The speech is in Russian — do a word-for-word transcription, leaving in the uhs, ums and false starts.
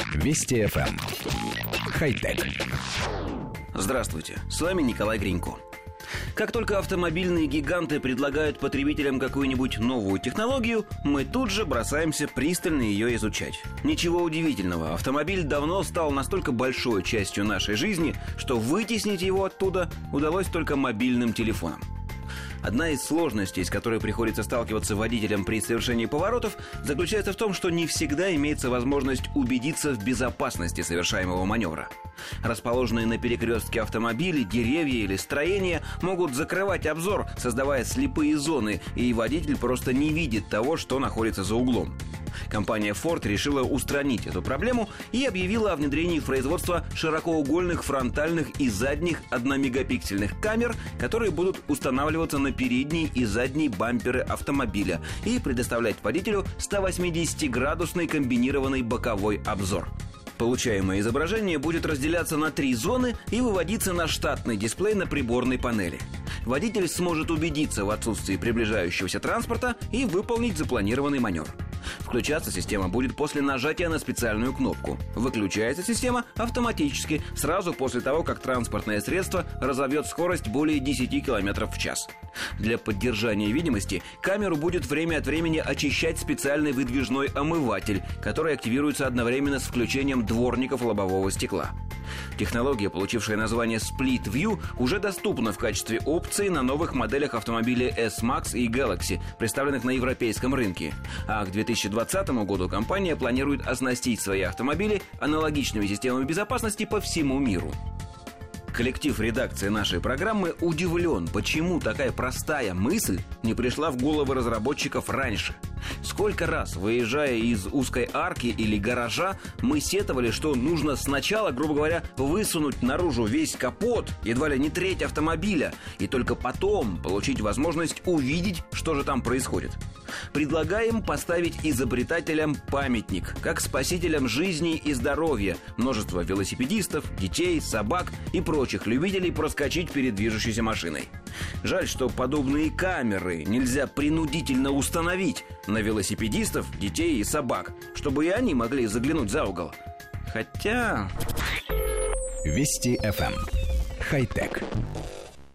Вести эф эм. Хай-тек. Здравствуйте, с вами Николай Гринько. Как только автомобильные гиганты предлагают потребителям какую-нибудь новую технологию, мы тут же бросаемся пристально ее изучать. Ничего удивительного, автомобиль давно стал настолько большой частью нашей жизни, что вытеснить его оттуда удалось только мобильным телефоном. Одна из сложностей, с которой приходится сталкиваться водителям при совершении поворотов, заключается в том, что не всегда имеется возможность убедиться в безопасности совершаемого маневра. Расположенные на перекрестке автомобили, деревья или строения могут закрывать обзор, создавая слепые зоны, и водитель просто не видит того, что находится за углом. Компания Ford решила устранить эту проблему и объявила о внедрении в производство широкоугольных фронтальных и задних одномегапиксельных камер, которые будут устанавливаться на передние и задние бамперы автомобиля и предоставлять водителю сто восьмидесятиградусный комбинированный боковой обзор. Получаемое изображение будет разделяться на три зоны и выводиться на штатный дисплей на приборной панели. Водитель сможет убедиться в отсутствии приближающегося транспорта и выполнить запланированный маневр. Включаться система будет после нажатия на специальную кнопку. Выключается система автоматически, сразу после того, как транспортное средство разовьет скорость более десяти километров в час. Для поддержания видимости камеру будет время от времени очищать специальный выдвижной омыватель, который активируется одновременно с включением дворников лобового стекла. Технология, получившая название Split View, уже доступна в качестве опции на новых моделях автомобилей S-Max и Galaxy, представленных на европейском рынке. А к две тысячи двадцатому году компания планирует оснастить свои автомобили аналогичными системами безопасности по всему миру. Коллектив редакции нашей программы удивлен, почему такая простая мысль не пришла в головы разработчиков раньше. Сколько раз, выезжая из узкой арки или гаража, мы сетовали, что нужно сначала, грубо говоря, высунуть наружу весь капот, едва ли не треть автомобиля, и только потом получить возможность увидеть, что же там происходит. Предлагаем поставить изобретателям памятник, как спасителям жизни и здоровья, множество велосипедистов, детей, собак и прочих любителей проскочить перед движущейся машиной. Жаль, что подобные камеры нельзя принудительно установить на велосипедистов, детей и собак, чтобы и они могли заглянуть за угол. Хотя... Вести эф эм. Хай-тек.